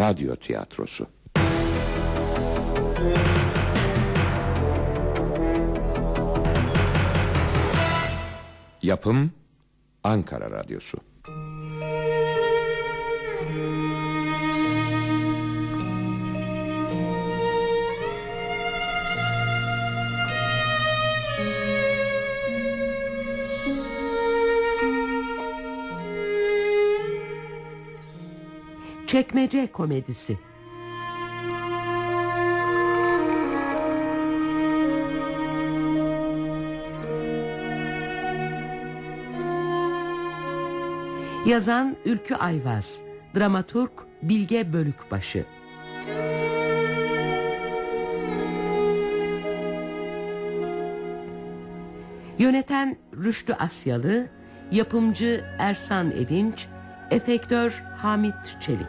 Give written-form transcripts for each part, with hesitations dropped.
radyo tiyatrosu. Yapım Ankara Radyosu. Çekmece komedisi. Yazan Ülkü Ayvaz, dramaturg Bilge Bölükbaşı. Yöneten Rüştü Asyalı, yapımcı Ersan Edinç, efektör Hamit Çelik.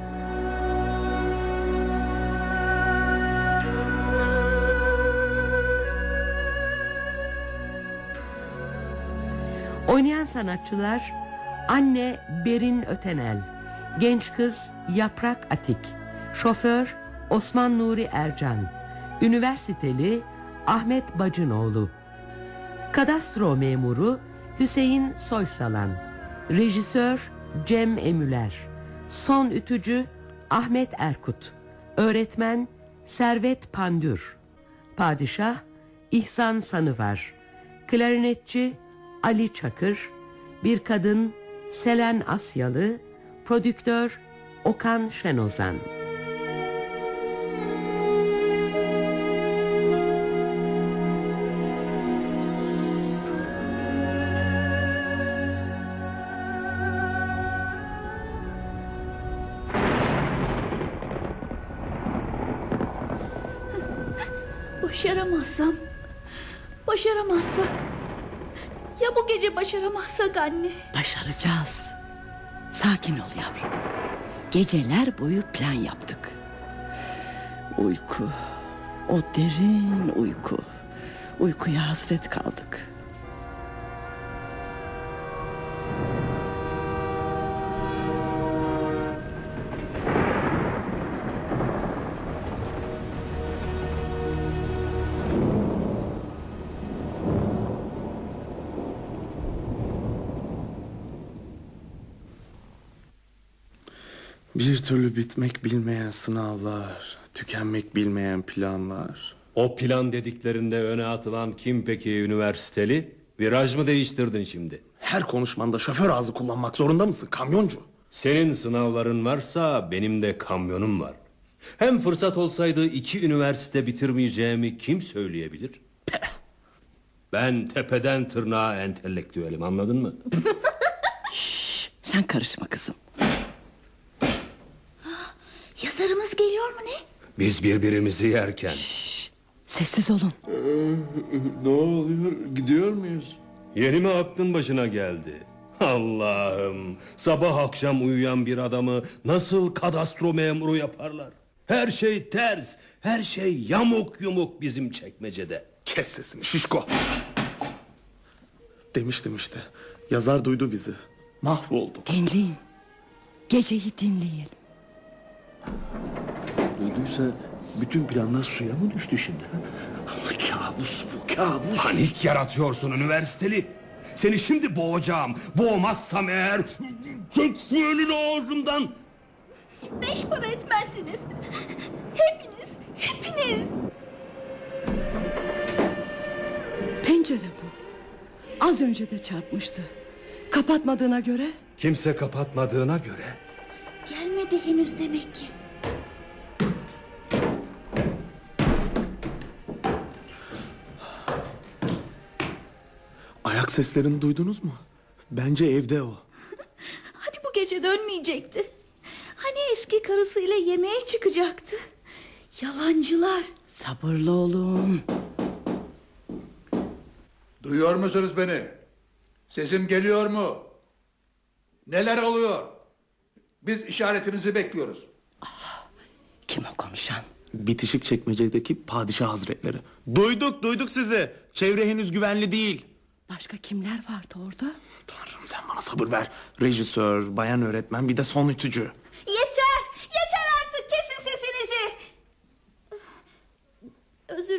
Oynayan sanatçılar: anne Berin Ötenel, genç kız Yaprak Atik, şoför Osman Nuri Ercan, üniversiteli Ahmet Bacınoğlu, kadastro memuru Hüseyin Soysalan, rejisör Cem Emüler, son ütücü Ahmet Erkut, öğretmen Servet Pandür, padişah İhsan Sanıvar, klarinetçi Ali Çakır, bir kadın Selen Asyalı, prodüktör Okan Şenozan. Başaramazsak. Ya bu gece başaramazsak anne? Başaracağız. Sakin ol yavrum. Geceler boyu plan yaptık. Uyku, o derin uyku. Uykuya hasret kaldık. Bir türlü bitmek bilmeyen sınavlar, tükenmek bilmeyen planlar. O plan dediklerinde öne atılan kim peki üniversiteli? Viraj mı değiştirdin şimdi? Her konuşmanda şoför ağzı kullanmak zorunda mısın kamyoncu? Senin sınavların varsa benim de kamyonum var. Hem fırsat olsaydı 2 üniversite bitirmeyeceğimi kim söyleyebilir? Ben tepeden tırnağa entelektüelim, anladın mı? Şşş, sen karışma kızım. Yazarımız geliyor mu ne? Biz birbirimizi yerken. Şşş, sessiz olun. Ne oluyor? Gidiyor muyuz? Yeni mi aklın başına geldi? Allah'ım, sabah akşam uyuyan bir adamı nasıl kadastro memuru yaparlar? Her şey ters, her şey yamuk yumuk bizim çekmecede. Kes sesini şişko. Demiştim işte. Yazar duydu bizi. Mahvolduk. Dinleyin. Geceyi dinleyelim. Duyduysa bütün planlar suya mı düştü şimdi? Kabus bu, kabus. Panik yaratıyorsun üniversiteli. Seni şimdi boğacağım. Boğmazsam eğer çek şu elini ağzımdan. 5 para etmezsiniz. Hepiniz. Pencere bu. Az önce de çarpmıştı. Kapatmadığına göre. Kimse kapatmadığına göre. Gelmedi henüz demek ki. Ayak seslerini duydunuz mu? Bence evde o. Hani bu gece dönmeyecekti? Hani eski karısıyla yemeğe çıkacaktı? Yalancılar. Sabırlı olun. Duyuyor musunuz beni? Sesim geliyor mu? Neler oluyor? Biz işaretinizi bekliyoruz. Kim o konuşan? Bitişik Çekmece'deki padişah hazretleri. Duyduk sizi. Çevre henüz güvenli değil. Başka kimler vardı orada? Tanrım sen bana sabır ver. Rejisör, bayan öğretmen, bir de son ütücü. Yeter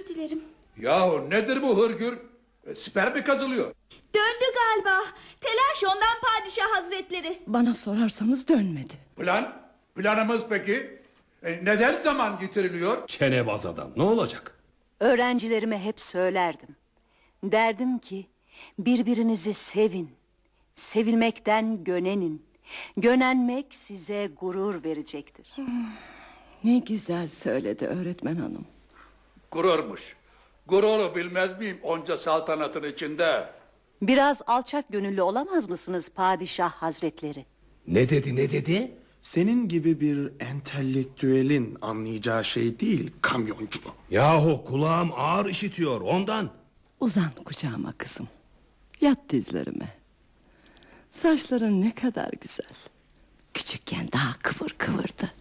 dilerim. Yahu nedir bu hırgür? Siper mi kazılıyor? Döndü galiba. Telaş ondan padişah hazretleri. Bana sorarsanız dönmedi. Planımız peki? Neden zaman getiriliyor? Çenebaz adam, ne olacak? Öğrencilerime hep söylerdim. Derdim ki birbirinizi sevin. Sevilmekten gönenin. Gönenmek size gurur verecektir. Ne güzel söyledi öğretmen hanım. Gururmuş. Gururu bilmez miyim onca saltanatın içinde? Biraz alçak gönüllü olamaz mısınız padişah hazretleri? Ne dedi? Senin gibi bir entelektüelin anlayacağı şey değil kamyoncu. Yahu kulağım ağır işitiyor ondan. Uzan kucağıma kızım. Yat dizlerime. Saçların ne kadar güzel. Küçükken daha kıvır kıvırdı.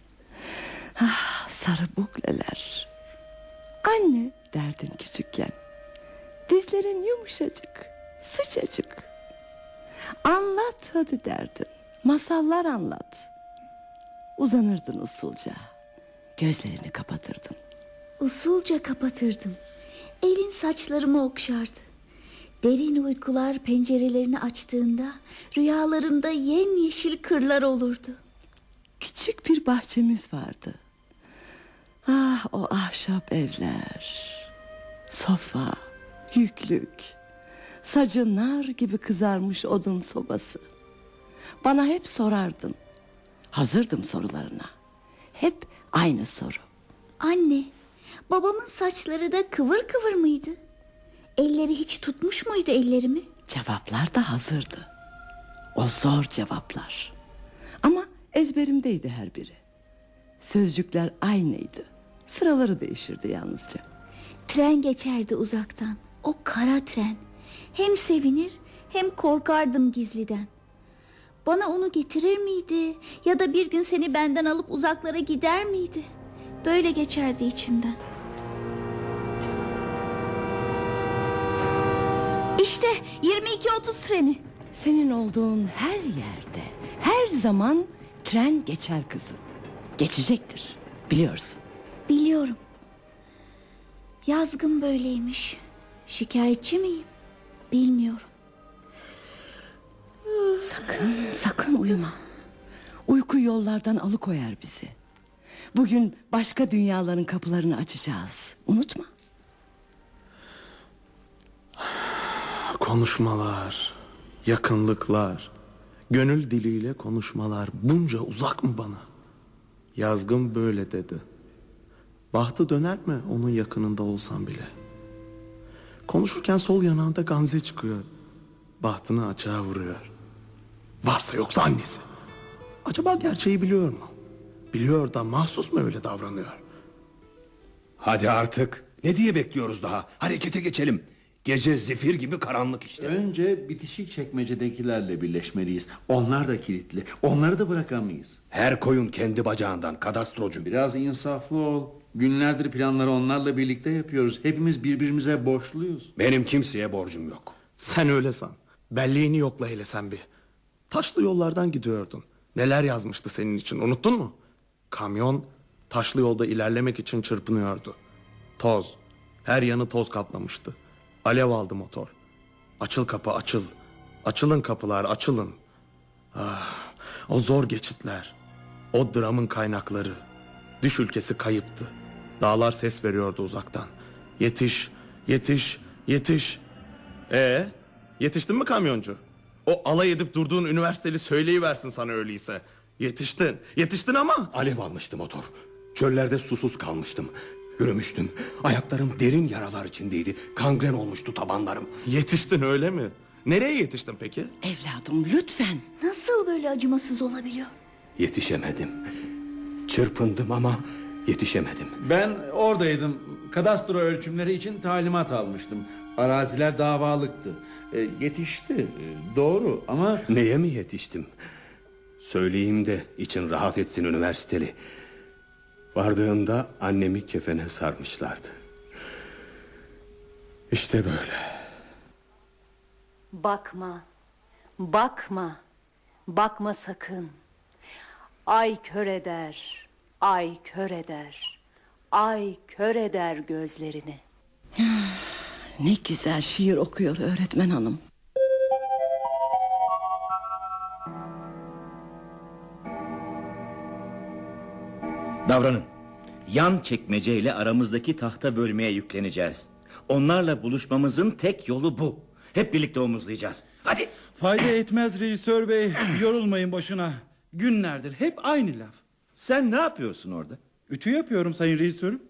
Ah, sarı bukleler. Anne derdin küçükken. Dizlerin yumuşacık, sıcacık. Anlat hadi derdin. Masallar anlat. Uzanırdın usulca. Gözlerini kapatırdın. Usulca kapatırdım. Elin saçlarımı okşardı. Derin uykular pencerelerini açtığında rüyalarımda yemyeşil kırlar olurdu. Küçük bir bahçemiz vardı. Ah, o ahşap evler. Sofa, yüklük. Sacı nar gibi kızarmış odun sobası. Bana hep sorardın. Hazırdım sorularına. Hep aynı soru. Anne, babamın saçları da kıvır kıvır mıydı? Elleri hiç tutmuş muydu ellerimi? Cevaplar da hazırdı. O zor cevaplar. Ama ezberimdeydi her biri. Sözcükler aynıydı. Sıraları değişirdi yalnızca. Tren geçerdi uzaktan. O kara tren. Hem sevinir hem korkardım gizliden. Bana onu getirir miydi? Ya da bir gün seni benden alıp uzaklara gider miydi? Böyle geçerdi içimden. İşte 22.30 treni. Senin olduğun her yerde, her zaman tren geçer kızım. Geçecektir, biliyorsun. Biliyorum. Yazgın böyleymiş. Şikayetçi miyim? Bilmiyorum. Sakın uyuma. Uyku yollardan alıkoyar bizi. Bugün başka dünyaların kapılarını açacağız. Unutma. Konuşmalar, yakınlıklar, gönül diliyle konuşmalar bunca uzak mı bana? Yazgın böyle dedi. Bahtı döner mi onun yakınında olsam bile? Konuşurken sol yanağında gamze çıkıyor. Bahtını açığa vuruyor. Varsa yoksa annesi. Acaba gerçeği biliyor mu? Biliyor da mahsus mu öyle davranıyor? Hadi artık. Ne diye bekliyoruz daha? Harekete geçelim. Gece zifir gibi karanlık işte. Önce bitişik çekmecedekilerle birleşmeliyiz. Onlar da kilitli. Onları da bırakamayız. Her koyun kendi bacağından kadastrocu. Biraz insaflı ol. Günlerdir planları onlarla birlikte yapıyoruz. Hepimiz birbirimize borçluyuz. Benim kimseye borcum yok. Sen öyle san. Belleğini yokla hele sen bir. Taşlı yollardan gidiyordun. Neler yazmıştı senin için, unuttun mu? Kamyon taşlı yolda ilerlemek için çırpınıyordu. Toz. Her yanı toz kaplamıştı. Alev aldı motor. Açıl kapı açıl. Açılın kapılar açılın. Ah, o zor geçitler. O dramın kaynakları. Düş ülkesi kayıptı. Dağlar ses veriyordu uzaktan. Yetiş, yetiş, yetiş. Yetiştin mi kamyoncu? O alay edip durduğun üniversiteli söyleyiversin sana öyleyse. Yetiştin, yetiştin ama. Alev almıştı motor. Çöllerde susuz kalmıştım. Yürümüştüm. Ayaklarım derin yaralar içindeydi. Kangren olmuştu tabanlarım. Yetiştin öyle mi? Nereye yetiştin peki? Evladım lütfen. Nasıl böyle acımasız olabiliyor? Yetişemedim. Çırpındım ama yetişemedim. Ben oradaydım. Kadastro ölçümleri için talimat almıştım. Araziler davalıktı. Yetişti. Doğru ama... Neye mi yetiştim? Söyleyeyim de için rahat etsin üniversiteli. Vardığımda annemi kefene sarmışlardı. İşte böyle. Bakma, bakma, bakma sakın. Ay kör eder, ay kör eder, ay kör eder gözlerini. Ne güzel şiir okuyor öğretmen hanım. Davranın. Yan çekmeceyle aramızdaki tahta bölmeye yükleneceğiz. Onlarla buluşmamızın tek yolu bu. Hep birlikte omuzlayacağız. Hadi. Fayda etmez rejisör bey. Yorulmayın boşuna. Günlerdir hep aynı laf. Sen ne yapıyorsun orada? Ütü yapıyorum sayın rejisörüm.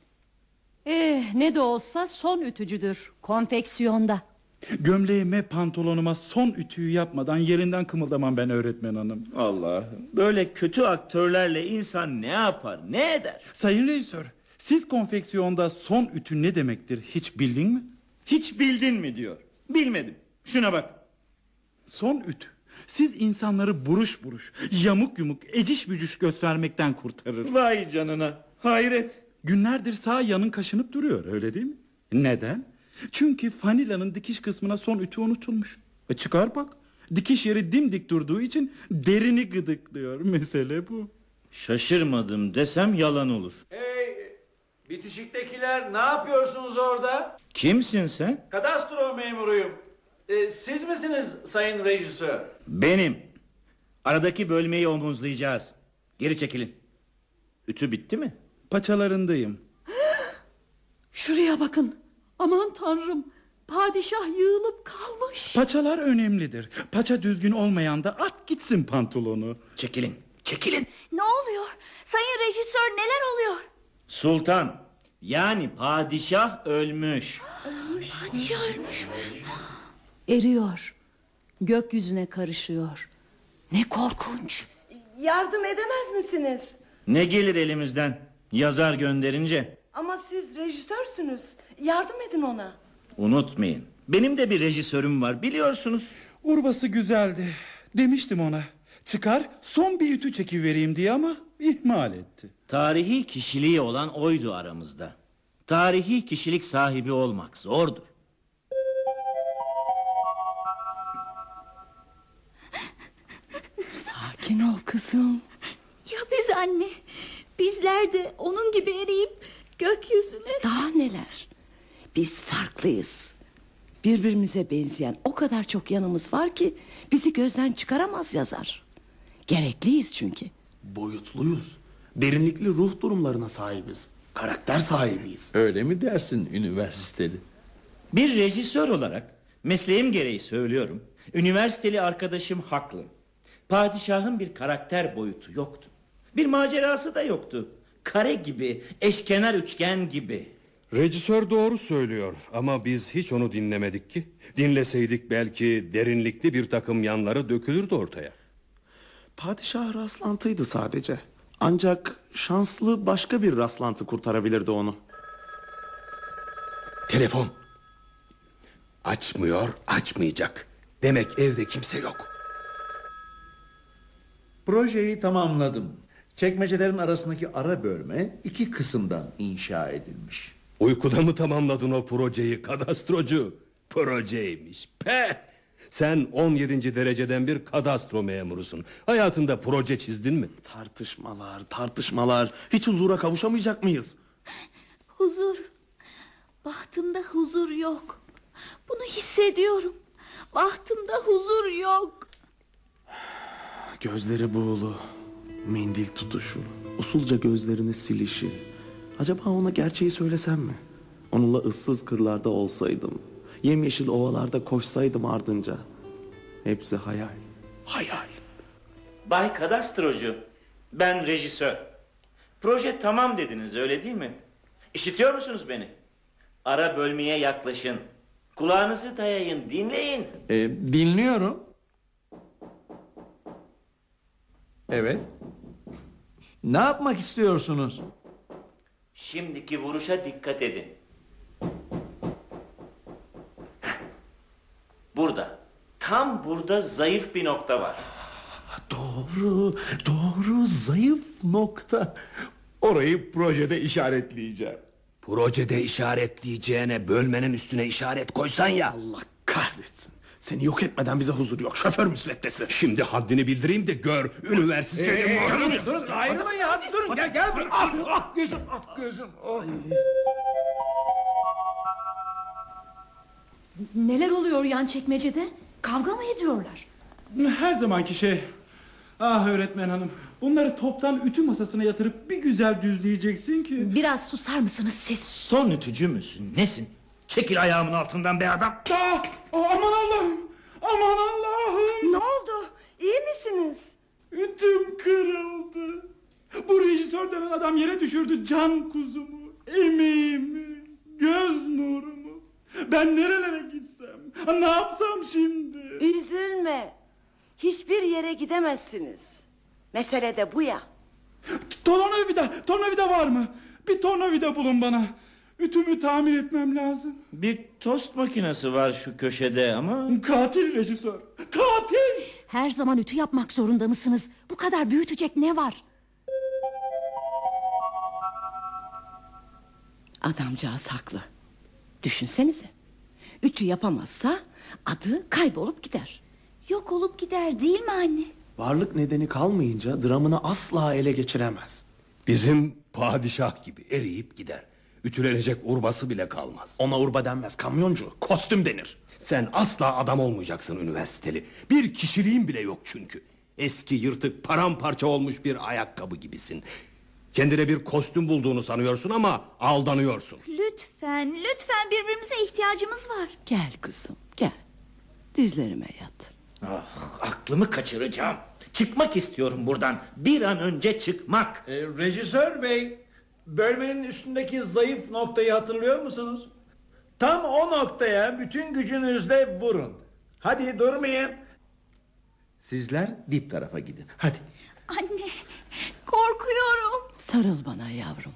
Ne de olsa son ütücüdür. Konfeksiyonda. Gömleğime pantolonuma son ütüyü yapmadan yerinden kımıldamam ben öğretmen hanım. Allah'ım, böyle kötü aktörlerle insan ne yapar, ne eder? Sayın rejisör, siz konfeksiyonda son ütü ne demektir hiç bildin mi? Hiç bildin mi diyor. Bilmedim. Şuna bak. Son ütü siz insanları buruş buruş, yamuk yumuk, eciş bücüş göstermekten kurtarır. Vay canına, hayret. Günlerdir sağ yanın kaşınıp duruyor, öyle değil mi? Neden? Çünkü fanilanın dikiş kısmına son ütü unutulmuş. Çıkar bak, dikiş yeri dimdik durduğu için derini gıdıklıyor. Mesele bu. Şaşırmadım desem yalan olur. Hey, bitişiktekiler ne yapıyorsunuz orada? Kimsin sen? Kadastro memuruyum. Siz misiniz sayın rejisör? Benim. Aradaki bölmeyi omuzlayacağız. Geri çekilin. Ütü bitti mi? Paçalarındayım. Şuraya bakın. Aman tanrım. Padişah yığılıp kalmış. Paçalar önemlidir. Paça düzgün olmayan da at gitsin pantolonu. Çekilin, çekilin. Ne oluyor? Sayın rejisör neler oluyor? Sultan, yani padişah ölmüş. Padişah ölmüş mü? Eriyor. Gökyüzüne karışıyor. Ne korkunç. Yardım edemez misiniz? Ne gelir elimizden? Yazar gönderince. Ama siz rejisörsünüz. Yardım edin ona. Unutmayın, benim de bir rejisörüm var, biliyorsunuz. Urbası güzeldi. Demiştim ona. Çıkar son bir ütü çekivereyim diye ama ihmal etti. Tarihi kişiliği olan oydu aramızda. Tarihi kişilik sahibi olmak zordur. Sakin ol kızım. Ya biz anne? Bizler de onun gibi eriyip gökyüzüne... Daha neler? Biz farklıyız. Birbirimize benzeyen o kadar çok yanımız var ki bizi gözden çıkaramaz yazar. Gerekliyiz çünkü. Boyutluyuz. Derinlikli ruh durumlarına sahibiz. Karakter sahibiyiz. Öyle mi dersin üniversiteli? Bir rejisör olarak mesleğim gereği söylüyorum. Üniversiteli arkadaşım haklı. Padişahın bir karakter boyutu yoktu. Bir macerası da yoktu. Kare gibi, eşkenar üçgen gibi. Rejisör doğru söylüyor ama biz hiç onu dinlemedik ki. Dinleseydik belki derinlikli bir takım yanları dökülürdü ortaya. Padişah rastlantıydı sadece. Ancak şanslı başka bir rastlantı kurtarabilirdi onu. Telefon. Açmıyor, açmayacak. Demek evde kimse yok. Projeyi tamamladım. Çekmecelerin arasındaki ara bölme 2 kısımdan inşa edilmiş. Uykuda mı tamamladın o projeyi kadastrocu? Projeymiş. Peh! Sen 17. dereceden bir kadastro memurusun. Hayatında proje çizdin mi? Tartışmalar. Hiç huzura kavuşamayacak mıyız? Huzur. Bahtımda huzur yok. Bunu hissediyorum. Bahtımda huzur yok. Gözleri buğulu, mendil tutuşu, usulca gözlerini silişi. Acaba ona gerçeği söylesem mi? Onunla ıssız kırlarda olsaydım, yemyeşil ovalarda koşsaydım ardınca. Hepsi hayal, hayal. Bay Kadastrocu, ben rejisör. Proje tamam dediniz, öyle değil mi? İşitiyor musunuz beni? Ara bölmeye yaklaşın. Kulağınızı dayayın, dinleyin. Dinliyorum. Evet. Ne yapmak istiyorsunuz? Şimdiki vuruşa dikkat edin. Burada, tam burada zayıf bir nokta var. Doğru, zayıf nokta. Orayı projede işaretleyeceğim. Projede işaretleyeceğine bölmenin üstüne işaret koysan ya. Allah kahretsin. Seni yok etmeden bize huzur yok. Şoför müsveddesi. Şimdi haddini bildireyim de gör. Üniversitede Durun, ayrılmayın ya. Durun, gel. Gözüm. Neler oluyor yan çekmecede? Kavga mı ediyorlar? Her zamanki şey. Ah öğretmen hanım, bunları toptan ütü masasına yatırıp bir güzel düzleyeceksin ki. Biraz susar mısınız siz? Son ütücü müsün? Nesin? Çekil ayağımın altından be adam. Aman Allah'ım, aman Allah'ım. Ne oldu? İyi misiniz? Ütüm kırıldı. Bu rejisör denen adam yere düşürdü can kuzumu, emeğimi, göz nurumu. Ben nerelere gitsem, ne yapsam şimdi? Üzülme. Hiçbir yere gidemezsiniz. Mesele de bu ya. Tornavida var mı? Bir tornavida bulun bana. Ütümü tamir etmem lazım. Bir tost makinesi var şu köşede ama... Katil rejisör, katil! Her zaman ütü yapmak zorunda mısınız? Bu kadar büyütecek ne var? Adamcağız haklı. Düşünsenize. Ütü yapamazsa adı kaybolup gider. Yok olup gider değil mi anne? Varlık nedeni kalmayınca dramını asla ele geçiremez. Bizim padişah gibi eriyip gider. Ütülenecek urbası bile kalmaz. Ona urba denmez, kamyoncu, kostüm denir. Sen asla adam olmayacaksın üniversiteli. Bir kişiliğin bile yok çünkü. Eski yırtık paramparça olmuş bir ayakkabı gibisin. Kendine bir kostüm bulduğunu sanıyorsun ama aldanıyorsun. Lütfen birbirimize ihtiyacımız var. Gel kızım, gel. Dizlerime yat. Aklımı kaçıracağım. Çıkmak istiyorum buradan. Bir an önce çıkmak. Rejisör bey, bölmenin üstündeki zayıf noktayı hatırlıyor musunuz? Tam o noktaya bütün gücünüzle vurun. Hadi durmayın. Sizler dip tarafa gidin. Hadi. Anne, korkuyorum. Sarıl bana yavrum.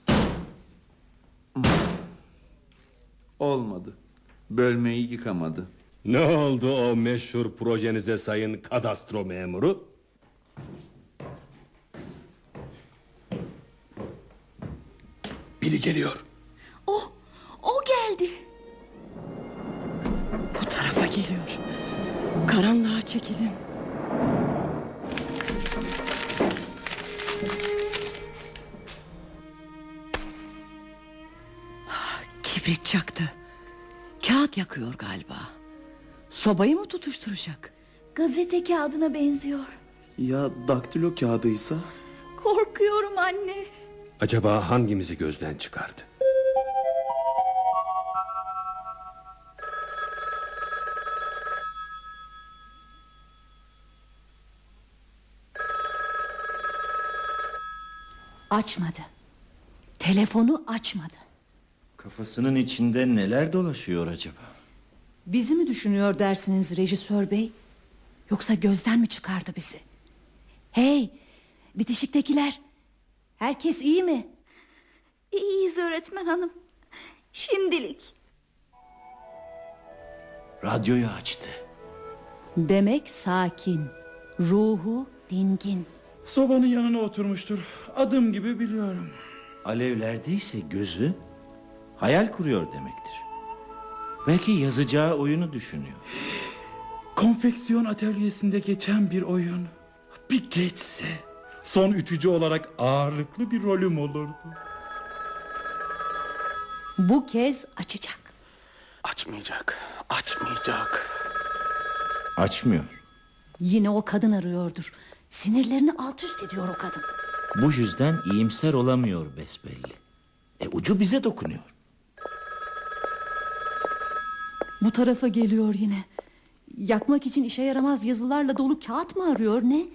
Olmadı. Bölmeyi yıkamadı. Ne oldu o meşhur projenize sayın kadastro memuru? Biri geliyor. O geldi. Bu tarafa geliyor. Karanlığa çekilin. Kibrit çaktı. Kağıt yakıyor galiba. Sobayı mı tutuşturacak? Gazete kağıdına benziyor. Ya daktilo kağıdıysa? Korkuyorum anne. Acaba hangimizi gözden çıkardı? Açmadı. Telefonu açmadı. Kafasının içinde neler dolaşıyor acaba? Bizi mi düşünüyor dersiniz rejisör bey? Yoksa gözden mi çıkardı bizi? Hey, bitişiktekiler. Herkes iyi mi? İyiyiz öğretmen hanım. Şimdilik. Radyoyu açtı. Demek sakin. Ruhu dingin. Sobanın yanına oturmuştur. Adım gibi biliyorum. Alevlerdeyse gözü hayal kuruyor demektir. Belki yazacağı oyunu düşünüyor. Konfeksiyon atölyesinde geçen bir oyun. Bir geçse son ütücü olarak ağırlıklı bir rolüm olurdu. Bu kez açacak. Açmayacak. Açmıyor. Yine o kadın arıyordur. Sinirlerini alt üst ediyor o kadın. Bu yüzden iyimser olamıyor besbelli. Ucu bize dokunuyor. Bu tarafa geliyor yine. Yakmak için işe yaramaz yazılarla dolu kağıt mı arıyor ne?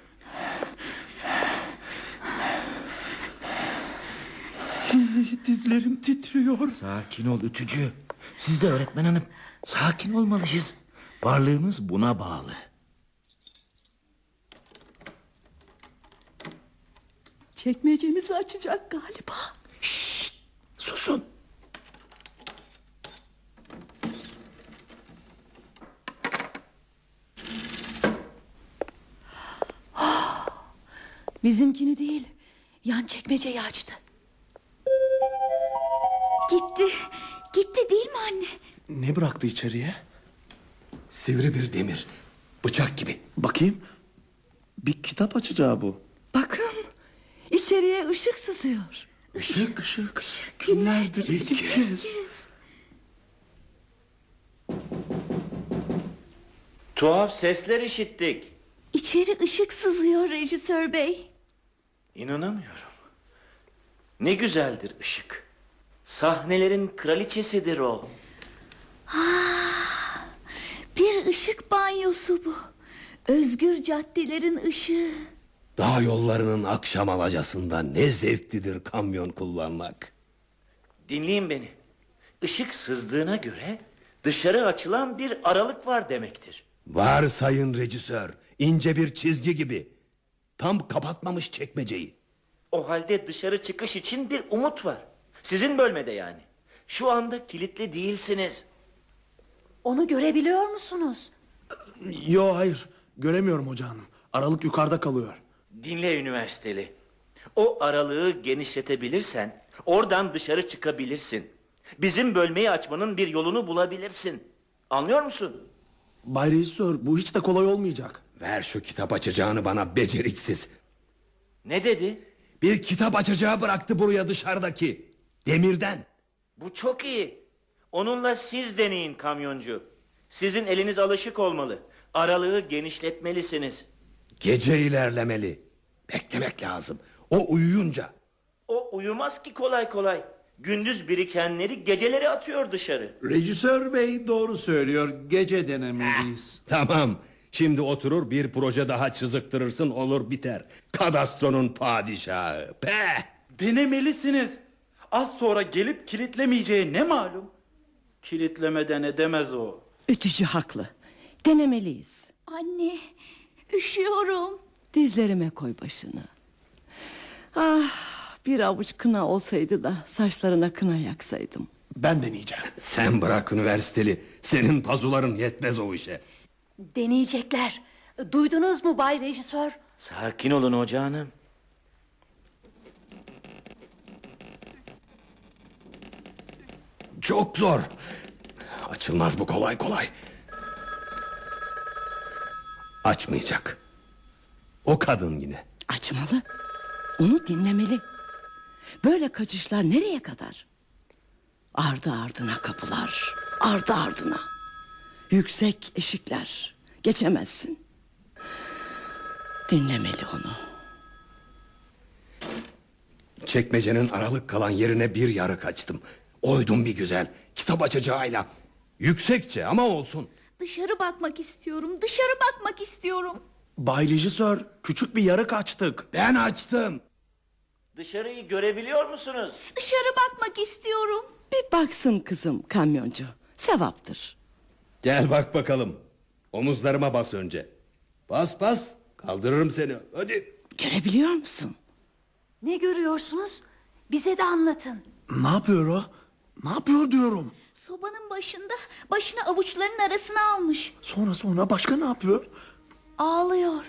Dizlerim titriyor. Sakin ol ütücü. Siz de öğretmen hanım. Sakin olmalıyız. Varlığımız buna bağlı. Çekmecemizi açacak galiba. Şşt, susun. Bizimkini değil, yan çekmeceyi açtı. Gitti değil mi anne? Ne bıraktı içeriye? Sivri bir demir. Bıçak gibi. Bakayım. Bir kitap açacağı bu. Bakın. İçeriye ışık sızıyor. Işık. Günlerdir ilk kez. Tuhaf sesler işittik. İçeri ışık sızıyor rejisör bey. İnanamıyorum. Ne güzeldir ışık. Sahnelerin kraliçesidir o. Bir ışık banyosu bu. Özgür caddelerin ışığı. Dağ yollarının akşam alacasında ne zevklidir kamyon kullanmak. Dinleyin beni. Işık sızdığına göre dışarı açılan bir aralık var demektir. Var sayın rejisör, ince bir çizgi gibi. Tam kapatmamış çekmeceyi. O halde dışarı çıkış için bir umut var. Sizin bölmede yani. Şu anda kilitli değilsiniz. Onu görebiliyor musunuz? Yo, hayır, göremiyorum hoca hanım. Aralık yukarıda kalıyor. Dinle üniversiteli. O aralığı genişletebilirsen oradan dışarı çıkabilirsin. Bizim bölmeyi açmanın bir yolunu bulabilirsin. Anlıyor musun? Bay Rejisör, bu hiç de kolay olmayacak. Ver şu kitap açacağını bana beceriksiz. Ne dedi? Bir kitap açacağı bıraktı buraya dışarıdaki. Demirden. Bu çok iyi. Onunla siz deneyin kamyoncu. Sizin eliniz alışık olmalı. Aralığı genişletmelisiniz. Gece ilerlemeli. Beklemek lazım. O uyuyunca. O uyumaz ki kolay kolay. Gündüz birikenleri geceleri atıyor dışarı. Rejisör bey doğru söylüyor. Gece denemeliyiz. Tamam. Şimdi oturur bir proje daha çiziktirirsin, olur biter. Kadastronun padişahı. Peh! Denemelisiniz. Az sonra gelip kilitlemeyeceği ne malum? Kilitlemeden edemez o. Ütücü haklı. Denemeliyiz. Anne, üşüyorum. Dizlerime koy başını. Ah, bir avuç kına olsaydı da saçlarına kına yaksaydım. Ben deneyeceğim. Sen bırak üniversiteli. Senin pazuların yetmez o işe. Deneyecekler. Duydunuz mu Bay Rejisör? Sakin olun hoca hanım. Çok zor. Açılmaz bu kolay kolay. Açmayacak. O kadın yine. Açmalı. Onu dinlemeli. Böyle kaçışlar nereye kadar? Ardı ardına kapılar. Ardı ardına. Yüksek eşikler. Geçemezsin. Dinlemeli onu. Çekmecenin aralık kalan yerine bir yarık açtım. Oydum bir güzel. Kitap açacağıyla. Yüksekçe ama olsun. Dışarı bakmak istiyorum. Dışarı bakmak istiyorum. Bay Rejisör, küçük bir yarık açtık. Ben açtım. Dışarıyı görebiliyor musunuz? Dışarı bakmak istiyorum. Bir baksın kızım kamyoncu. Sevaptır. Gel bak bakalım. Omuzlarıma bas önce. Bas bas. Kaldırırım seni. Hadi. Görebiliyor musun? Ne görüyorsunuz? Bize de anlatın. Ne yapıyor o? Ne yapıyor diyorum. Sobanın başında başını avuçlarının arasına almış. Sonra başka ne yapıyor? Ağlıyor.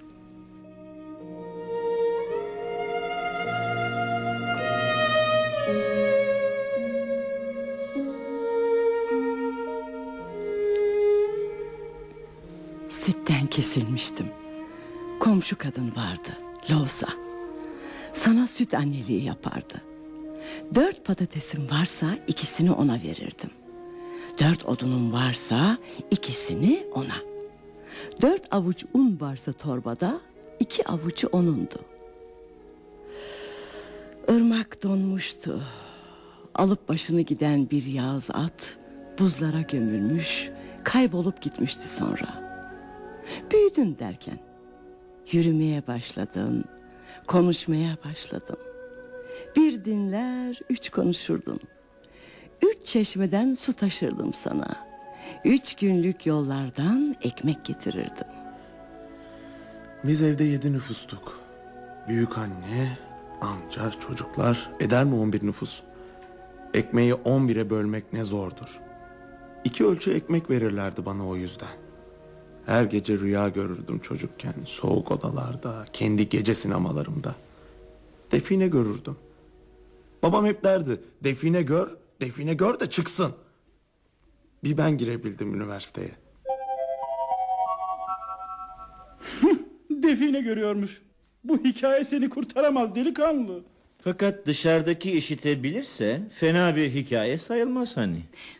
Sütten kesilmiştim. Komşu kadın vardı, Loğusa. Sana süt anneliği yapardı. 4 patatesim varsa 2'sini ona verirdim. 4 odunum varsa 2'sini ona. 4 avuç un varsa torbada 2 avucu onundu. Irmak donmuştu. Alıp başını giden bir yağız at buzlara gömülmüş, kaybolup gitmişti sonra. Büyüdün derken yürümeye başladın, konuşmaya başladın. 1 dinler 3 konuşurdun. 3 çeşmeden su taşırdım sana. 3 günlük yollardan ekmek getirirdim. Biz evde 7 nüfustuk. Büyük anne, amca, çocuklar, eder mi 11 nüfus? Ekmeği 11'e bölmek ne zordur. 2 ölçü ekmek verirlerdi bana o yüzden. Her gece rüya görürdüm çocukken, soğuk odalarda, kendi gece sinemalarımda. Define görürdüm. Babam hep derdi, define gör de çıksın. Bir ben girebildim üniversiteye. Define görüyormuş. Bu hikaye seni kurtaramaz delikanlı. Fakat dışarıdaki işitebilirse fena bir hikaye sayılmaz hani.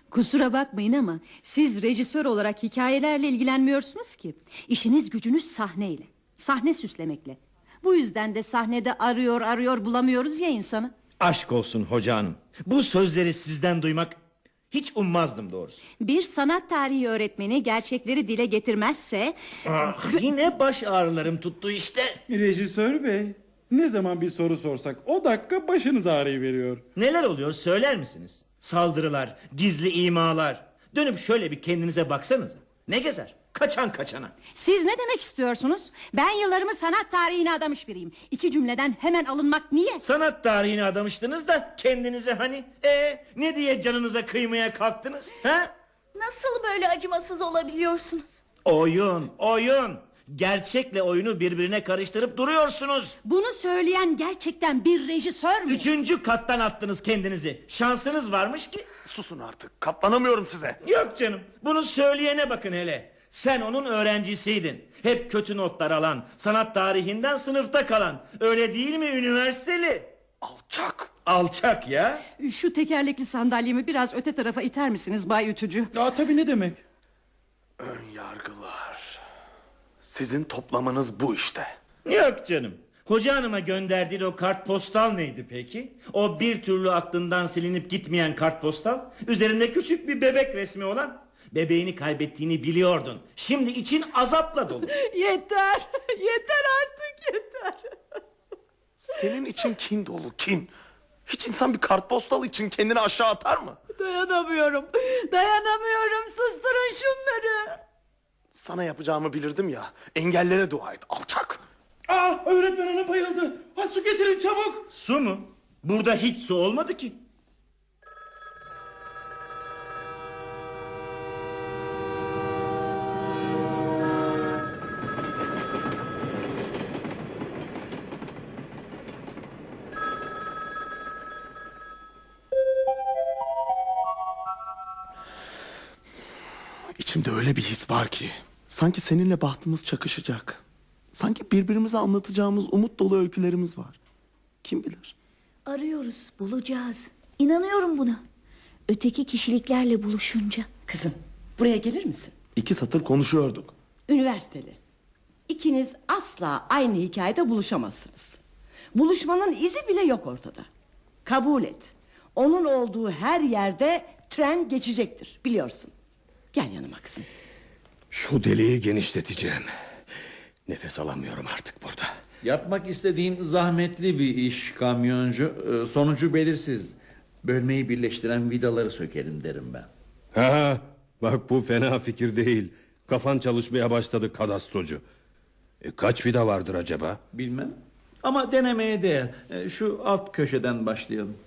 Kusura bakmayın ama siz rejisör olarak hikayelerle ilgilenmiyorsunuz ki. İşiniz gücünüz sahneyle, sahne süslemekle. Bu yüzden de sahnede arıyor bulamıyoruz ya insanı. Aşk olsun hoca hanım. Bu sözleri sizden duymak hiç ummazdım doğrusu. Bir sanat tarihi öğretmeni gerçekleri dile getirmezse... Yine baş ağrılarım tuttu işte. Rejisör bey, ne zaman bir soru sorsak o dakika başınız ağrıyıveriyor. Neler oluyor söyler misiniz? Saldırılar, gizli imalar. Dönüp şöyle bir kendinize baksanıza. Ne gezer? Kaçan kaçana. Siz ne demek istiyorsunuz? Ben yıllarımı sanat tarihine adamış biriyim. 2 cümleden hemen alınmak niye? Sanat tarihine adamıştınız da kendinize hani... ne diye canınıza kıymaya kalktınız? Ha? Nasıl böyle acımasız olabiliyorsunuz? Oyun. Gerçekle oyunu birbirine karıştırıp duruyorsunuz. Bunu söyleyen gerçekten bir rejisör mü? 3. kattan attınız kendinizi. Şansınız varmış ki. Susun artık, katlanamıyorum size. Yok canım, bunu söyleyene bakın hele. Sen onun öğrencisiydin. Hep kötü notlar alan, sanat tarihinden sınıfta kalan. Öyle değil mi üniversiteli? Alçak ya. Şu tekerlekli sandalyemi biraz öte tarafa iter misiniz Bay Ütücü? Tabii, ne demek? Ön yargılar. Sizin toplamanız bu işte. Yok canım. Hoca hanıma gönderdiği o kartpostal neydi peki? O bir türlü aklından silinip gitmeyen kartpostal. Üzerinde küçük bir bebek resmi olan. Bebeğini kaybettiğini biliyordun. Şimdi için azapla dolu. Yeter artık yeter. Senin için kin dolu, kin. Hiç insan bir kartpostal için kendini aşağı atar mı? Dayanamıyorum. Susturun şunları. Sana yapacağımı bilirdim ya. Engellere dua et, alçak. Öğretmen hanım bayıldı. Su getirin çabuk. Su mu? Burada hiç su olmadı ki. İçimde öyle bir his var ki sanki seninle bahtımız çakışacak. Sanki birbirimize anlatacağımız umut dolu öykülerimiz var. Kim bilir? Arıyoruz, bulacağız. İnanıyorum buna. Öteki kişiliklerle buluşunca. Kızım, buraya gelir misin? 2 satır konuşuyorduk. Üniversiteli. İkiniz asla aynı hikayede buluşamazsınız. Buluşmanın izi bile yok ortada. Kabul et. Onun olduğu her yerde tren geçecektir, biliyorsun. Gel yanıma kızım. Şu deliği genişleteceğim. Nefes alamıyorum artık burada. Yapmak istediğin zahmetli bir iş kamyoncu. Sonucu belirsiz. Bölmeyi birleştiren vidaları sökelim derim ben. Ha, bak bu fena fikir değil. Kafan çalışmaya başladı kadastrocu. Kaç vida vardır acaba? Bilmem. Ama denemeye değer. Şu alt köşeden başlayalım.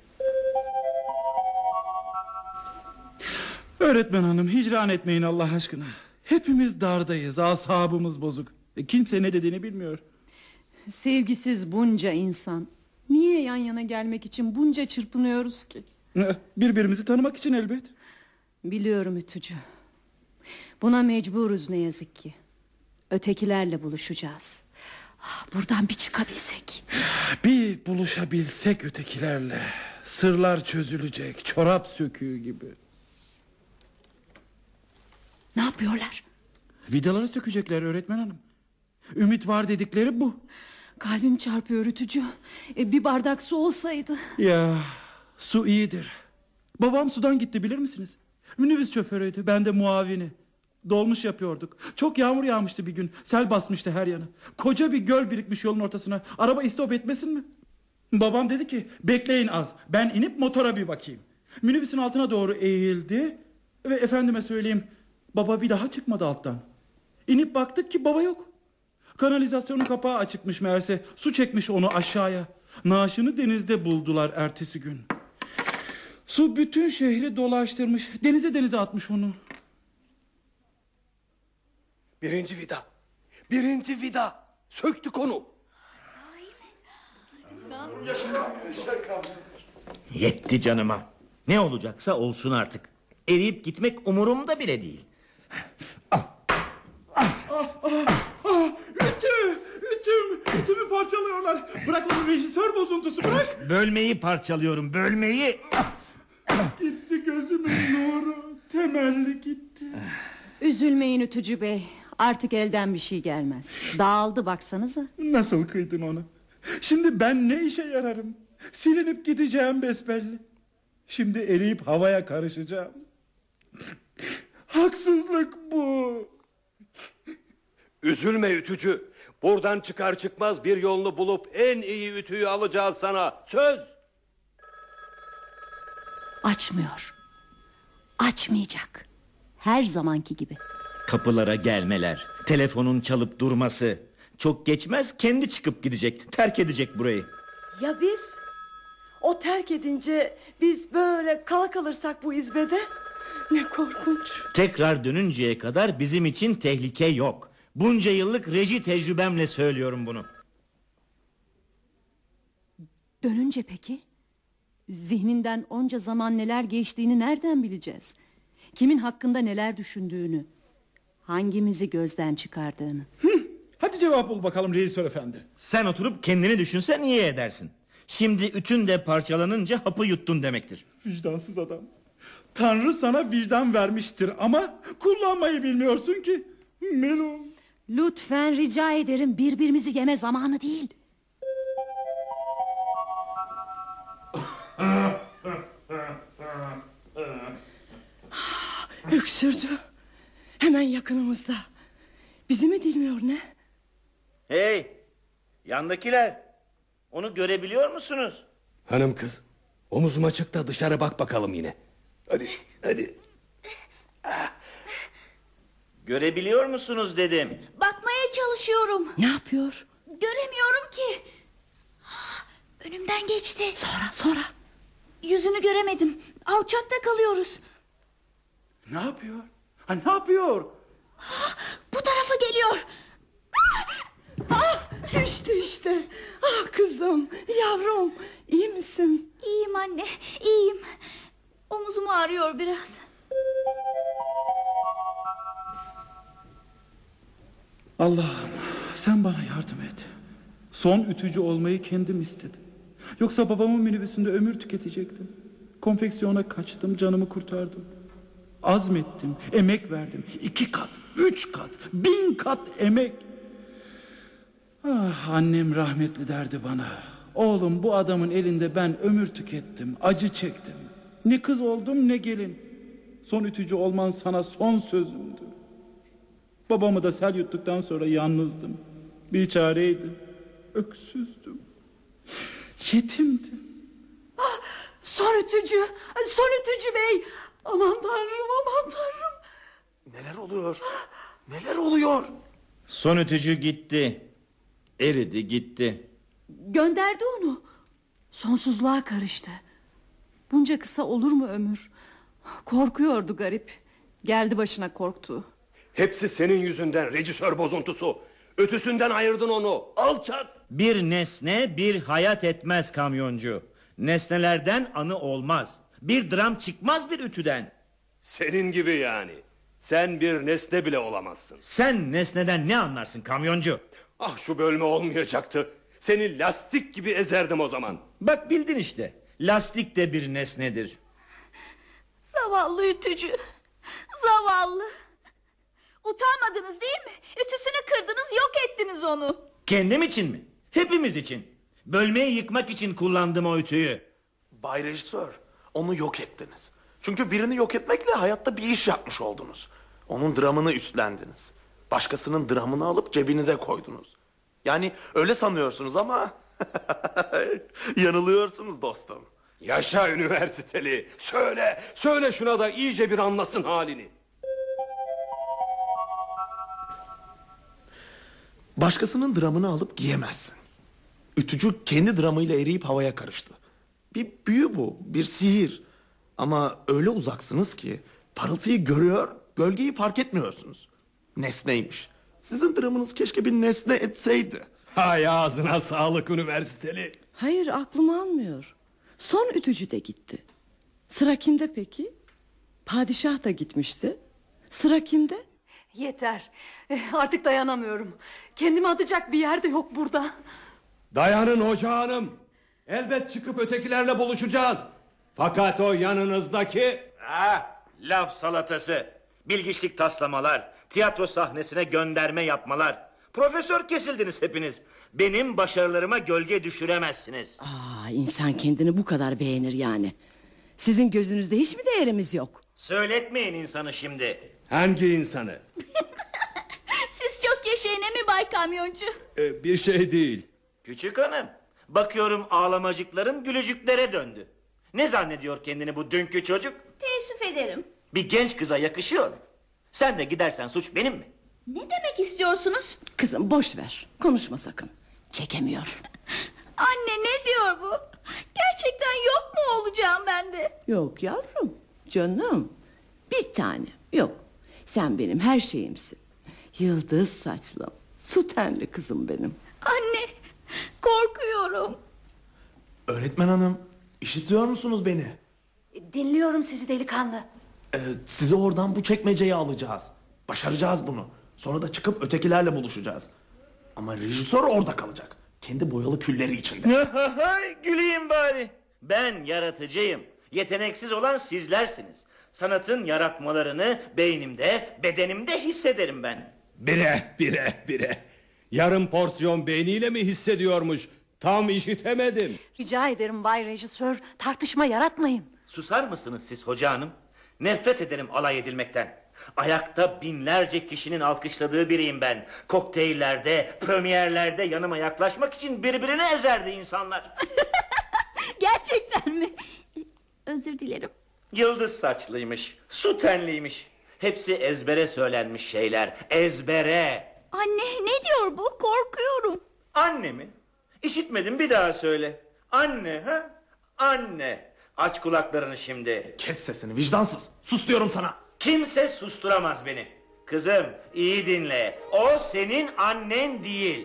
Öğretmen hanım, hicran etmeyin Allah aşkına. Hepimiz dardayız, asabımız bozuk. Kimse ne dediğini bilmiyor. Sevgisiz bunca insan. Niye yan yana gelmek için bunca çırpınıyoruz ki? Birbirimizi tanımak için elbet. Biliyorum Ütücü. Buna mecburuz ne yazık ki. Ötekilerle buluşacağız. Buradan bir çıkabilsek. Bir buluşabilsek ötekilerle. Sırlar çözülecek, çorap söküğü gibi. Ne yapıyorlar? Vidaları sökecekler öğretmen hanım. Ümit var dedikleri bu. Kalbim çarpıyor Ütücü. Bir bardak su olsaydı. Ya su iyidir. Babam sudan gitti bilir misiniz? Minibüs şoförüydü, ben de muavini. Dolmuş yapıyorduk. Çok yağmur yağmıştı bir gün. Sel basmıştı her yanı. Koca bir göl birikmiş yolun ortasına. Araba istop etmesin mi? Babam dedi ki bekleyin az. Ben inip motora bir bakayım. Minibüsün altına doğru eğildi. Ve efendime söyleyeyim, baba bir daha çıkmadı alttan. İnip baktık ki baba yok. Kanalizasyonun kapağı açıkmış meğerse. Su çekmiş onu aşağıya. Naaşını denizde buldular ertesi gün. Su bütün şehri dolaştırmış. Denize atmış onu. Birinci vida. Söktük onu. Yetti canıma. Ne olacaksa olsun artık. Eriyip gitmek umurumda bile değil. Ütümü parçalıyorlar. Bırak onu, rejisör bozuntusu, bırak. Bölmeyi parçalıyorum, bölmeyi. Gitti gözümün nuru. besbelli gitti. Üzülmeyin Ütücü Bey. Artık elden bir şey gelmez. Dağıldı baksanıza. Nasıl kıydın onu? Şimdi ben ne işe yararım? Silinip gideceğim besbelli. Şimdi eriyip havaya karışacağım. Haksızlık bu. Üzülme Ütücü. Buradan çıkar çıkmaz bir yolunu bulup en iyi ütüyü alacağız sana. Söz. Açmıyor. Açmayacak. Her zamanki gibi. Kapılara gelmeler, telefonun çalıp durması. Çok geçmez kendi çıkıp gidecek, terk edecek burayı. Ya biz? O terk edince biz böyle kala kalırsak bu izbede? Ne korkunç. Tekrar dönünceye kadar bizim için tehlike yok. Bunca yıllık reji tecrübemle söylüyorum bunu. Dönünce peki? Zihninden onca zaman neler geçtiğini nereden bileceğiz? Kimin hakkında neler düşündüğünü, hangimizi gözden çıkardığını. Hadi cevap bul bakalım rejisör efendi. Sen oturup kendini düşünsen iyi edersin. Şimdi ütün de parçalanınca hapı yuttun demektir. Vicdansız adam. Tanrı sana vicdan vermiştir ama kullanmayı bilmiyorsun ki. Melun. Lütfen rica ederim, birbirimizi yeme zamanı değil. Öksürdü. Hemen yakınımızda. Bizi mi dinliyor ne? Hey, yandakiler, onu görebiliyor musunuz? Hanım kız, omuzuma çık da dışarı bak bakalım yine. Hadi. Görebiliyor musunuz dedim. Bakmaya çalışıyorum. Ne yapıyor? Göremiyorum ki. Önümden geçti. Sonra. Yüzünü göremedim. Alçakta kalıyoruz. Ne yapıyor? Ne yapıyor? Bu tarafa geliyor. Düştü işte. Kızım, yavrum, iyi misin? İyiyim anne, iyiyim. Omuzum ağrıyor biraz. Allah'ım sen bana yardım et. Son ütücü olmayı kendim istedim. Yoksa babamın minibüsünde ömür tüketecektim. Konfeksiyona kaçtım, canımı kurtardım. Azmettim, emek verdim. 2 kat, 3 kat, 1000 kat emek. Annem rahmetli derdi bana. Oğlum bu adamın elinde ben ömür tükettim, acı çektim. Ne kız oldum ne gelin. Son ütücü olman sana son sözümdü. Babamı da sel yuttuktan sonra yalnızdım. Biçareydim. Öksüzdüm. Yetimdim. Son ütücü bey. Aman tanrım. Neler oluyor? Son ütücü gitti. Eridi gitti. Gönderdi onu. Sonsuzluğa karıştı. Bunca kısa olur mu ömür? Korkuyordu garip. Geldi başına korktuğu. Hepsi senin yüzünden rejisör bozuntusu. Ötüsünden ayırdın onu. Alçak. Bir nesne bir hayat etmez kamyoncu. Nesnelerden anı olmaz. Bir dram çıkmaz bir ütüden. Senin gibi yani. Sen bir nesne bile olamazsın. Sen nesneden ne anlarsın kamyoncu? Ah şu bölme olmayacaktı. Seni lastik gibi ezerdim o zaman. Bak bildin işte. Lastik de bir nesnedir. Zavallı ütücü. Zavallı. Utanmadınız değil mi? Ütüsünü kırdınız, yok ettiniz onu. Kendim için mi? Hepimiz için. Bölmeyi yıkmak için kullandım o ütüyü. Bay Rejisör, onu yok ettiniz. Çünkü birini yok etmekle hayatta bir iş yapmış oldunuz. Onun dramını üstlendiniz. Başkasının dramını alıp cebinize koydunuz. Yani öyle sanıyorsunuz ama yanılıyorsunuz dostum. Yaşa üniversiteli. Söyle şuna da iyice bir anlasın halini. Başkasının dramını alıp giyemezsin. Ütücü kendi dramıyla eriyip havaya karıştı. Bir büyü bu, bir sihir. Ama öyle uzaksınız ki parıltıyı görüyor, gölgeyi fark etmiyorsunuz. Nesneymiş. Sizin dramınız keşke bir nesne etseydi. Hay ağzına sağlık üniversiteli. Hayır, aklım almıyor. Son ütücü de gitti. Sıra kimde peki? Padişah da gitmişti. Sıra kimde? Yeter. Artık dayanamıyorum. Kendimi atacak bir yer de yok burada. Dayanın hoca hanım. Elbet çıkıp ötekilerle buluşacağız. Fakat o yanınızdaki... Laf salatası, bilgiçlik taslamalar, tiyatro sahnesine gönderme yapmalar. Profesör kesildiniz hepiniz. Benim başarılarıma gölge düşüremezsiniz. İnsan kendini bu kadar beğenir yani. Sizin gözünüzde hiç mi değerimiz yok? Söyletmeyin insanı şimdi. Hangi insanı? Siz çok yaşayın mi Bay Kamyoncu? Bir şey değil. Küçük hanım, bakıyorum ağlamacıkların gülücüklere döndü. Ne zannediyor kendini bu dünkü çocuk? Teessüf ederim. Bir genç kıza yakışıyor. Sen de gidersen suç benim mi? Ne demek istiyorsunuz? Kızım boş ver, konuşma sakın. Çekemiyor. Anne ne diyor bu? Gerçekten yok mu olacağım ben de? Yok yavrum, canım. Bir tane, yok. Sen benim her şeyimsin. Yıldız saçlım, su tenli kızım benim. Anne, korkuyorum. Öğretmen hanım, işitiyor musunuz beni? Dinliyorum sizi delikanlı. Sizi oradan bu çekmeceye alacağız. Başaracağız bunu. Sonra da çıkıp ötekilerle buluşacağız. Ama rejisör orada kalacak. Kendi boyalı külleri içinde. Güleyim bari. Ben yaratıcıyım. Yeteneksiz olan sizlersiniz. Sanatın yaratmalarını beynimde, bedenimde hissederim ben. Bire. Yarım porsiyon beyniyle mi hissediyormuş? Tam işitemedim. Rica ederim Bay Rejisör, tartışma yaratmayın. Susar mısınız siz hoca hanım? Nefret ederim alay edilmekten. Ayakta binlerce kişinin alkışladığı biriyim ben. Kokteyllerde, premierlerde yanıma yaklaşmak için birbirini ezerdi insanlar. Gerçekten mi? Özür dilerim. Yıldız saçlıymış, su tenliymiş. Hepsi ezbere söylenmiş şeyler, ezbere. Anne ne diyor bu? Korkuyorum. Anne mi? İşitmedim, bir daha söyle. Anne ha? Anne. Aç kulaklarını şimdi. Kes sesini vicdansız. Sus diyorum sana. Kimse susturamaz beni. Kızım iyi dinle. O senin annen değil.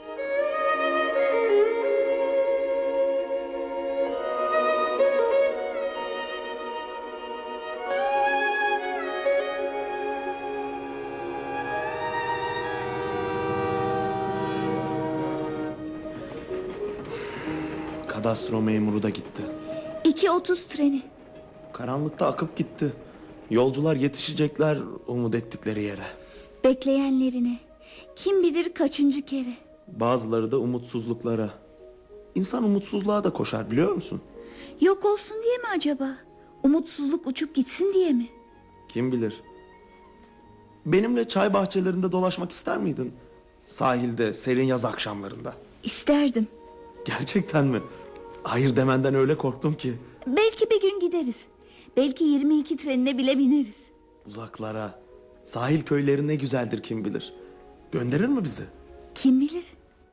Kadastro memuru da gitti. 2:30 treni. Karanlıkta akıp gitti. Yolcular yetişecekler umut ettikleri yere. Bekleyenlerine. Kim bilir kaçıncı kere. Bazıları da umutsuzluklara. İnsan umutsuzluğa da koşar biliyor musun? Yok olsun diye mi acaba? Umutsuzluk uçup gitsin diye mi? Kim bilir. Benimle çay bahçelerinde dolaşmak ister miydin? Sahilde serin yaz akşamlarında. İsterdim. Gerçekten mi? Hayır demenden öyle korktum ki. Belki bir gün gideriz. Belki 22 trenine bile bineriz. Uzaklara, sahil köyleri ne güzeldir kim bilir. Gönderir mi bizi? Kim bilir?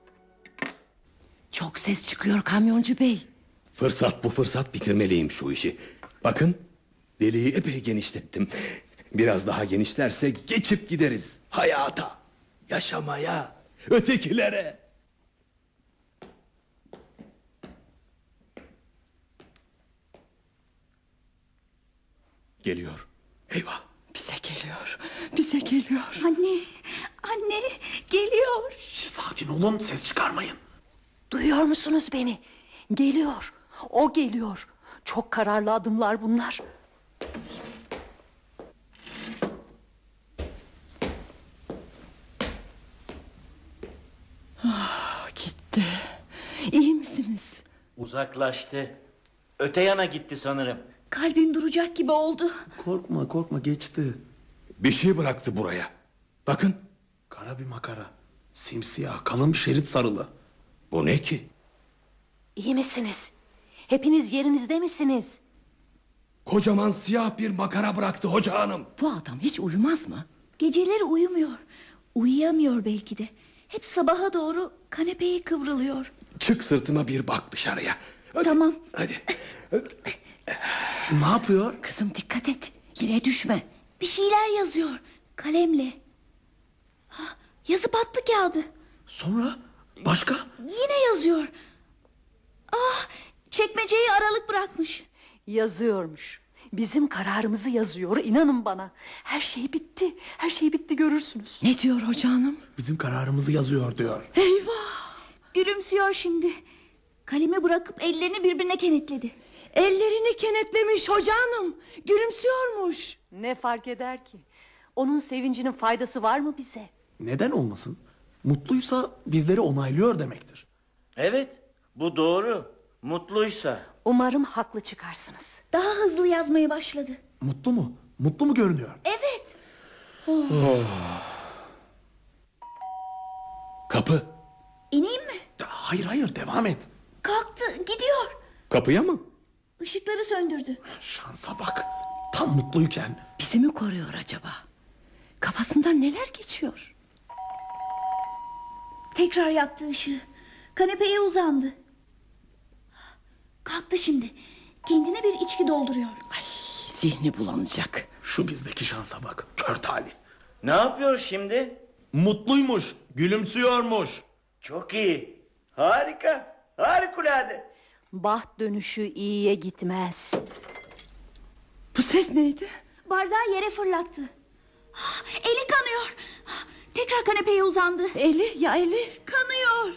Çok ses çıkıyor kamyoncu bey. Fırsat bu fırsat, bitirmeliyim şu işi. Bakın, deliği epey genişlettim. Biraz daha genişlerse geçip gideriz hayata, yaşamaya, ötekilere. Geliyor. Eyvah. Bize geliyor. Anne geliyor. Sakin olun, ses çıkarmayın. Duyuyor musunuz beni? Geliyor. O geliyor. Çok kararlı adımlar bunlar. Gitti. İyi misiniz? Uzaklaştı. Öte yana gitti sanırım. Kalbim duracak gibi oldu. Korkma geçti. Bir şey bıraktı buraya. Bakın. Kara bir makara. Simsiyah kalın bir şerit sarılı. Bu ne ki? İyi misiniz? Hepiniz yerinizde misiniz? Kocaman siyah bir makara bıraktı hoca hanım. Bu adam hiç uyumaz mı? Geceleri uyumuyor. Uyuyamıyor belki de. Hep sabaha doğru kanepeye kıvrılıyor. Çık sırtıma bir bak dışarıya. Hadi, Tamam. Hadi. Ne yapıyor? Kızım dikkat et. Yine düşme. Bir şeyler yazıyor. Kalemle. Yazı battı kağıdı. Sonra? Başka? Yine yazıyor. Çekmeceyi aralık bırakmış. Yazıyormuş. Bizim kararımızı yazıyor, inanın bana. Her şey bitti. Her şey bitti, görürsünüz. Ne diyor hoca hanım? Bizim kararımızı yazıyor diyor. Eyvah. Gülümsüyor şimdi. Kalemi bırakıp ellerini birbirine kenetledi. Ellerini kenetlemiş hoca hanım. Gülümsüyormuş. Ne fark eder ki? Onun sevincinin faydası var mı bize? Neden olmasın? Mutluysa bizleri onaylıyor demektir. Evet, bu doğru. Mutluysa. Umarım haklı çıkarsınız. Daha hızlı yazmaya başladı. Mutlu mu? Mutlu mu görünüyor? Evet. Kapı. İneyim mi? Hayır devam et. Kalktı, gidiyor. Kapıya mı? Işıkları söndürdü. Şansa bak. Tam mutluyken. Bizi mi koruyor acaba? Kafasından neler geçiyor? Tekrar yaktı ışığı. Kanepeye uzandı. Kalktı şimdi. Kendine bir içki dolduruyor. Zihni bulanacak. Şu bizdeki şansa bak. Kör talih. Ne yapıyor şimdi? Mutluymuş. Gülümsüyormuş. Çok iyi. Harika. Harikulade. Baht dönüşü iyiye gitmez. Bu ses neydi? Bardağı yere fırlattı. Eli kanıyor. Tekrar kanepeye uzandı. Eli. Kanıyor.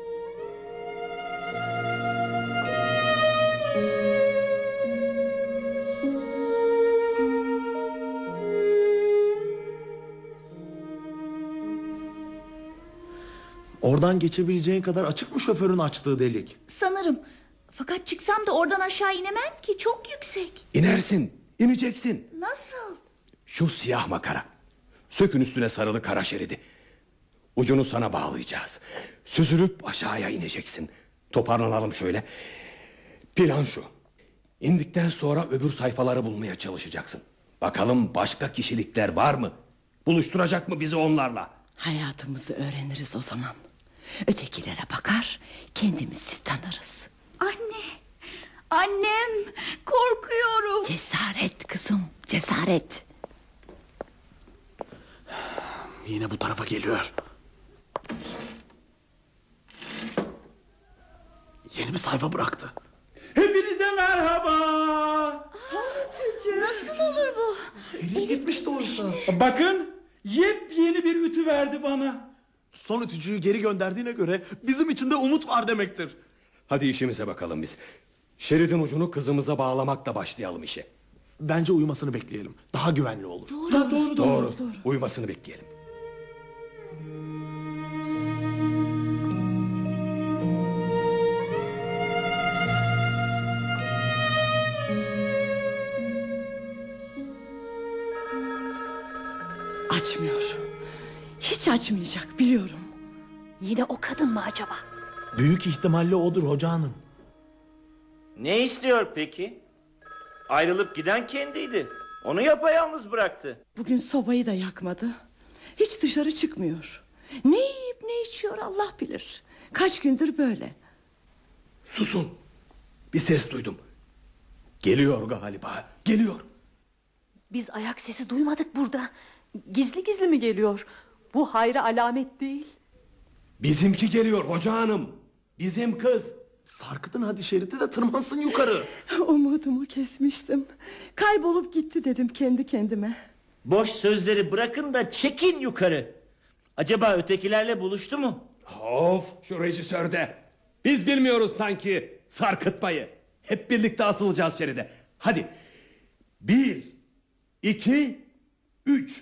Oradan geçebileceğin kadar açık mı şoförün açtığı delik? Sanırım. Fakat çıksam da oradan aşağı inemem ki, çok yüksek. İnersin, ineceksin. Nasıl? Şu siyah makara. Sökün üstüne sarılı kara şeridi. Ucunu sana bağlayacağız. Süzülüp aşağıya ineceksin. Toparlanalım şöyle. Plan şu. İndikten sonra öbür sayfaları bulmaya çalışacaksın. Bakalım başka kişilikler var mı? Buluşturacak mı bizi onlarla? Hayatımızı öğreniriz o zaman. Ötekilere bakar, kendimizi tanırız. Anne. Annem. Korkuyorum. Cesaret kızım, cesaret. Yine bu tarafa geliyor. Yeni bir sayfa bıraktı. Hepinize merhaba. Nasıl olur bu? Eli gitmişti oysa. Bakın, yepyeni bir ütü verdi bana. Son ütücüyü geri gönderdiğine göre bizim için de umut var demektir. Hadi işimize bakalım biz. Şeridin ucunu kızımıza bağlamakla başlayalım işe. Bence uyumasını bekleyelim. Daha güvenli olur. Doğru. Uyumasını bekleyelim. Açmıyor. Hiç açmayacak, biliyorum. Yine o kadın mı acaba? Büyük ihtimalle odur hoca hanım. Ne istiyor peki? Ayrılıp giden kendiydi. Onu yapayalnız bıraktı. Bugün sobayı da yakmadı. Hiç dışarı çıkmıyor. Ne yiyip ne içiyor Allah bilir. Kaç gündür böyle. Susun. Bir ses duydum. Geliyor galiba. Geliyor. Biz ayak sesi duymadık burada. Gizli gizli mi geliyor? Bu hayra alamet değil. Bizimki geliyor hoca hanım. Bizim kız. Sarkıtın hadi şeridi de tırmansın yukarı. Umudumu kesmiştim. Kaybolup gitti dedim kendi kendime. Boş sözleri bırakın da çekin yukarı. Acaba ötekilerle buluştu mu? Of, şu rejisör de. Biz bilmiyoruz sanki sarkıtmayı. Hep birlikte asılacağız şeride. Hadi. 1, 2, 3.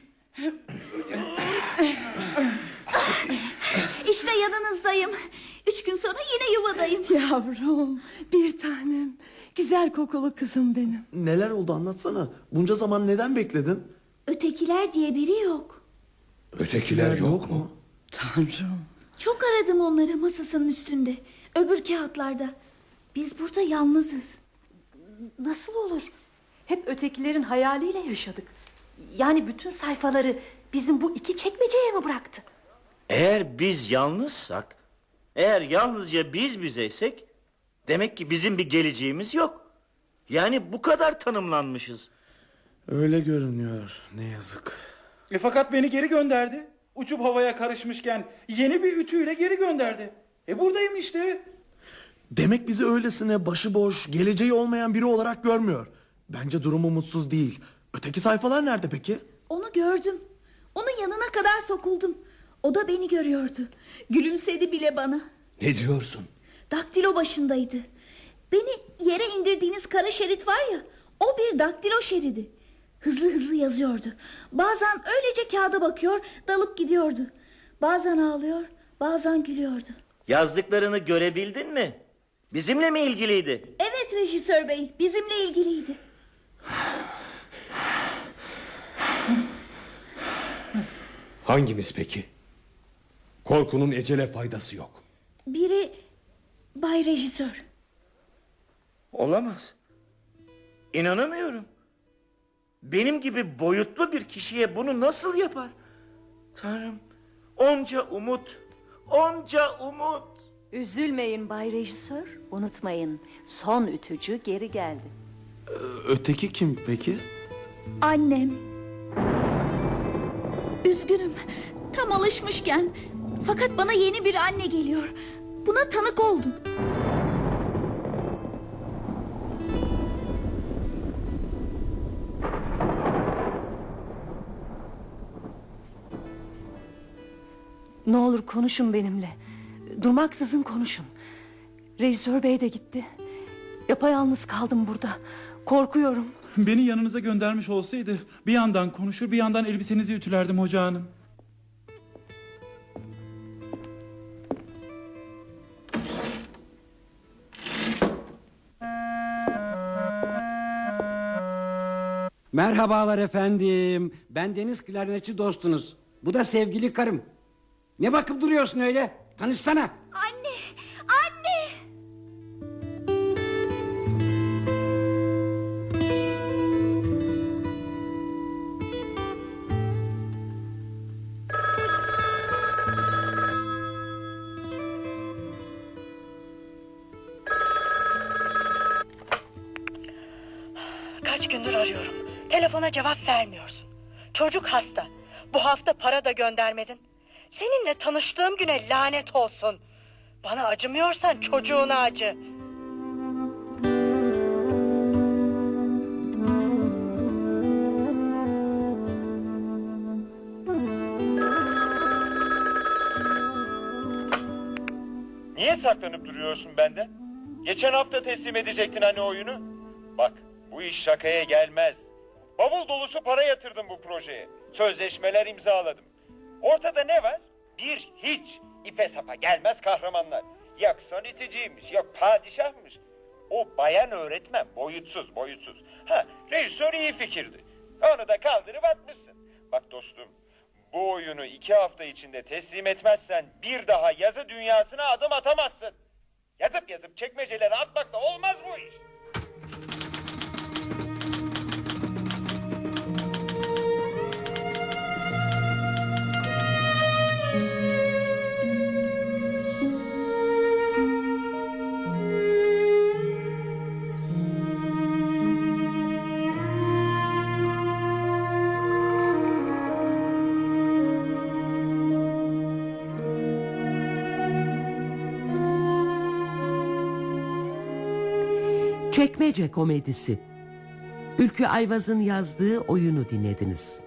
İşte yanınızdayım. 3 gün sonra yine yuvadayım. Yavrum, bir tanem. Güzel kokulu kızım benim. Neler oldu anlatsana. Bunca zaman neden bekledin? Ötekiler diye biri yok. Ötekiler yok mu? Tanrım. Çok aradım onları masasının üstünde. Öbür kağıtlarda. Biz burada yalnızız. Nasıl olur? Hep ötekilerin hayaliyle yaşadık. Yani bütün sayfaları bizim bu iki çekmeceye mi bıraktı? Eğer biz yalnızsak, eğer yalnızca biz bizeysek, demek ki bizim bir geleceğimiz yok. Yani bu kadar tanımlanmışız. Öyle görünüyor. Ne yazık. Fakat beni geri gönderdi. Uçup havaya karışmışken yeni bir ütüyle geri gönderdi. Buradayım işte. Demek bizi öylesine başıboş, geleceği olmayan biri olarak görmüyor. Bence durumu mutsuz değil. Öteki sayfalar nerede peki? Onu gördüm. Onun yanına kadar sokuldum. O da beni görüyordu. Gülümsedi bile bana. Ne diyorsun? Daktilo başındaydı. Beni yere indirdiğiniz kara şerit var ya, o bir daktilo şeridi. Hızlı hızlı yazıyordu. Bazen öylece kağıda bakıyor, dalıp gidiyordu. Bazen ağlıyor, bazen gülüyordu. Yazdıklarını görebildin mi? Bizimle mi ilgiliydi? Evet rejisör bey, bizimle ilgiliydi. Hangimiz peki? Korkunun ecele faydası yok. Biri Bay Rejisör. Olamaz. İnanamıyorum. Benim gibi boyutlu bir kişiye bunu nasıl yapar? Tanrım, onca umut, onca umut. Üzülmeyin Bay Rejisör. Unutmayın, son ütücü geri geldi. Öteki kim peki? Annem. Üzgünüm, tam alışmışken. Fakat bana yeni bir anne geliyor. Buna tanık oldum. Ne olur konuşun benimle. Durmaksızın konuşun. Rejisör bey de gitti. Yapayalnız kaldım burada. Korkuyorum. Beni yanınıza göndermiş olsaydı bir yandan konuşur bir yandan elbisenizi ütülerdim hoca hanım. Merhabalar efendim. Ben Deniz klarnetçi dostunuz. Bu da sevgili karım. Ne bakıp duruyorsun öyle? Tanışsana. Anne, anne. Kaç gündür arıyorum. Telefona cevap vermiyorsun. Çocuk hasta. Bu hafta para da göndermedin. Seninle tanıştığım güne lanet olsun. Bana acımıyorsan çocuğuna acı. Niye saklanıp duruyorsun benden? Geçen hafta teslim edecektin hani oyunu. Bak, bu iş şakaya gelmez. Bavul dolusu para yatırdım bu projeye. Sözleşmeler imzaladım. Ortada ne var? Bir hiç. İpe sapa gelmez kahramanlar. Yok soniticiymiş, yok padişahmış. O bayan öğretmen boyutsuz boyutsuz. Ha, rejisör iyi fikirdi. Onu da kaldırıp atmışsın. Bak dostum, bu oyunu 2 hafta içinde teslim etmezsen bir daha yazı dünyasına adım atamazsın. Yazıp çekmecelere atmakla olmaz bu iş. Çekmece Komedisi. Ülkü Ayvaz'ın yazdığı oyunu dinlediniz.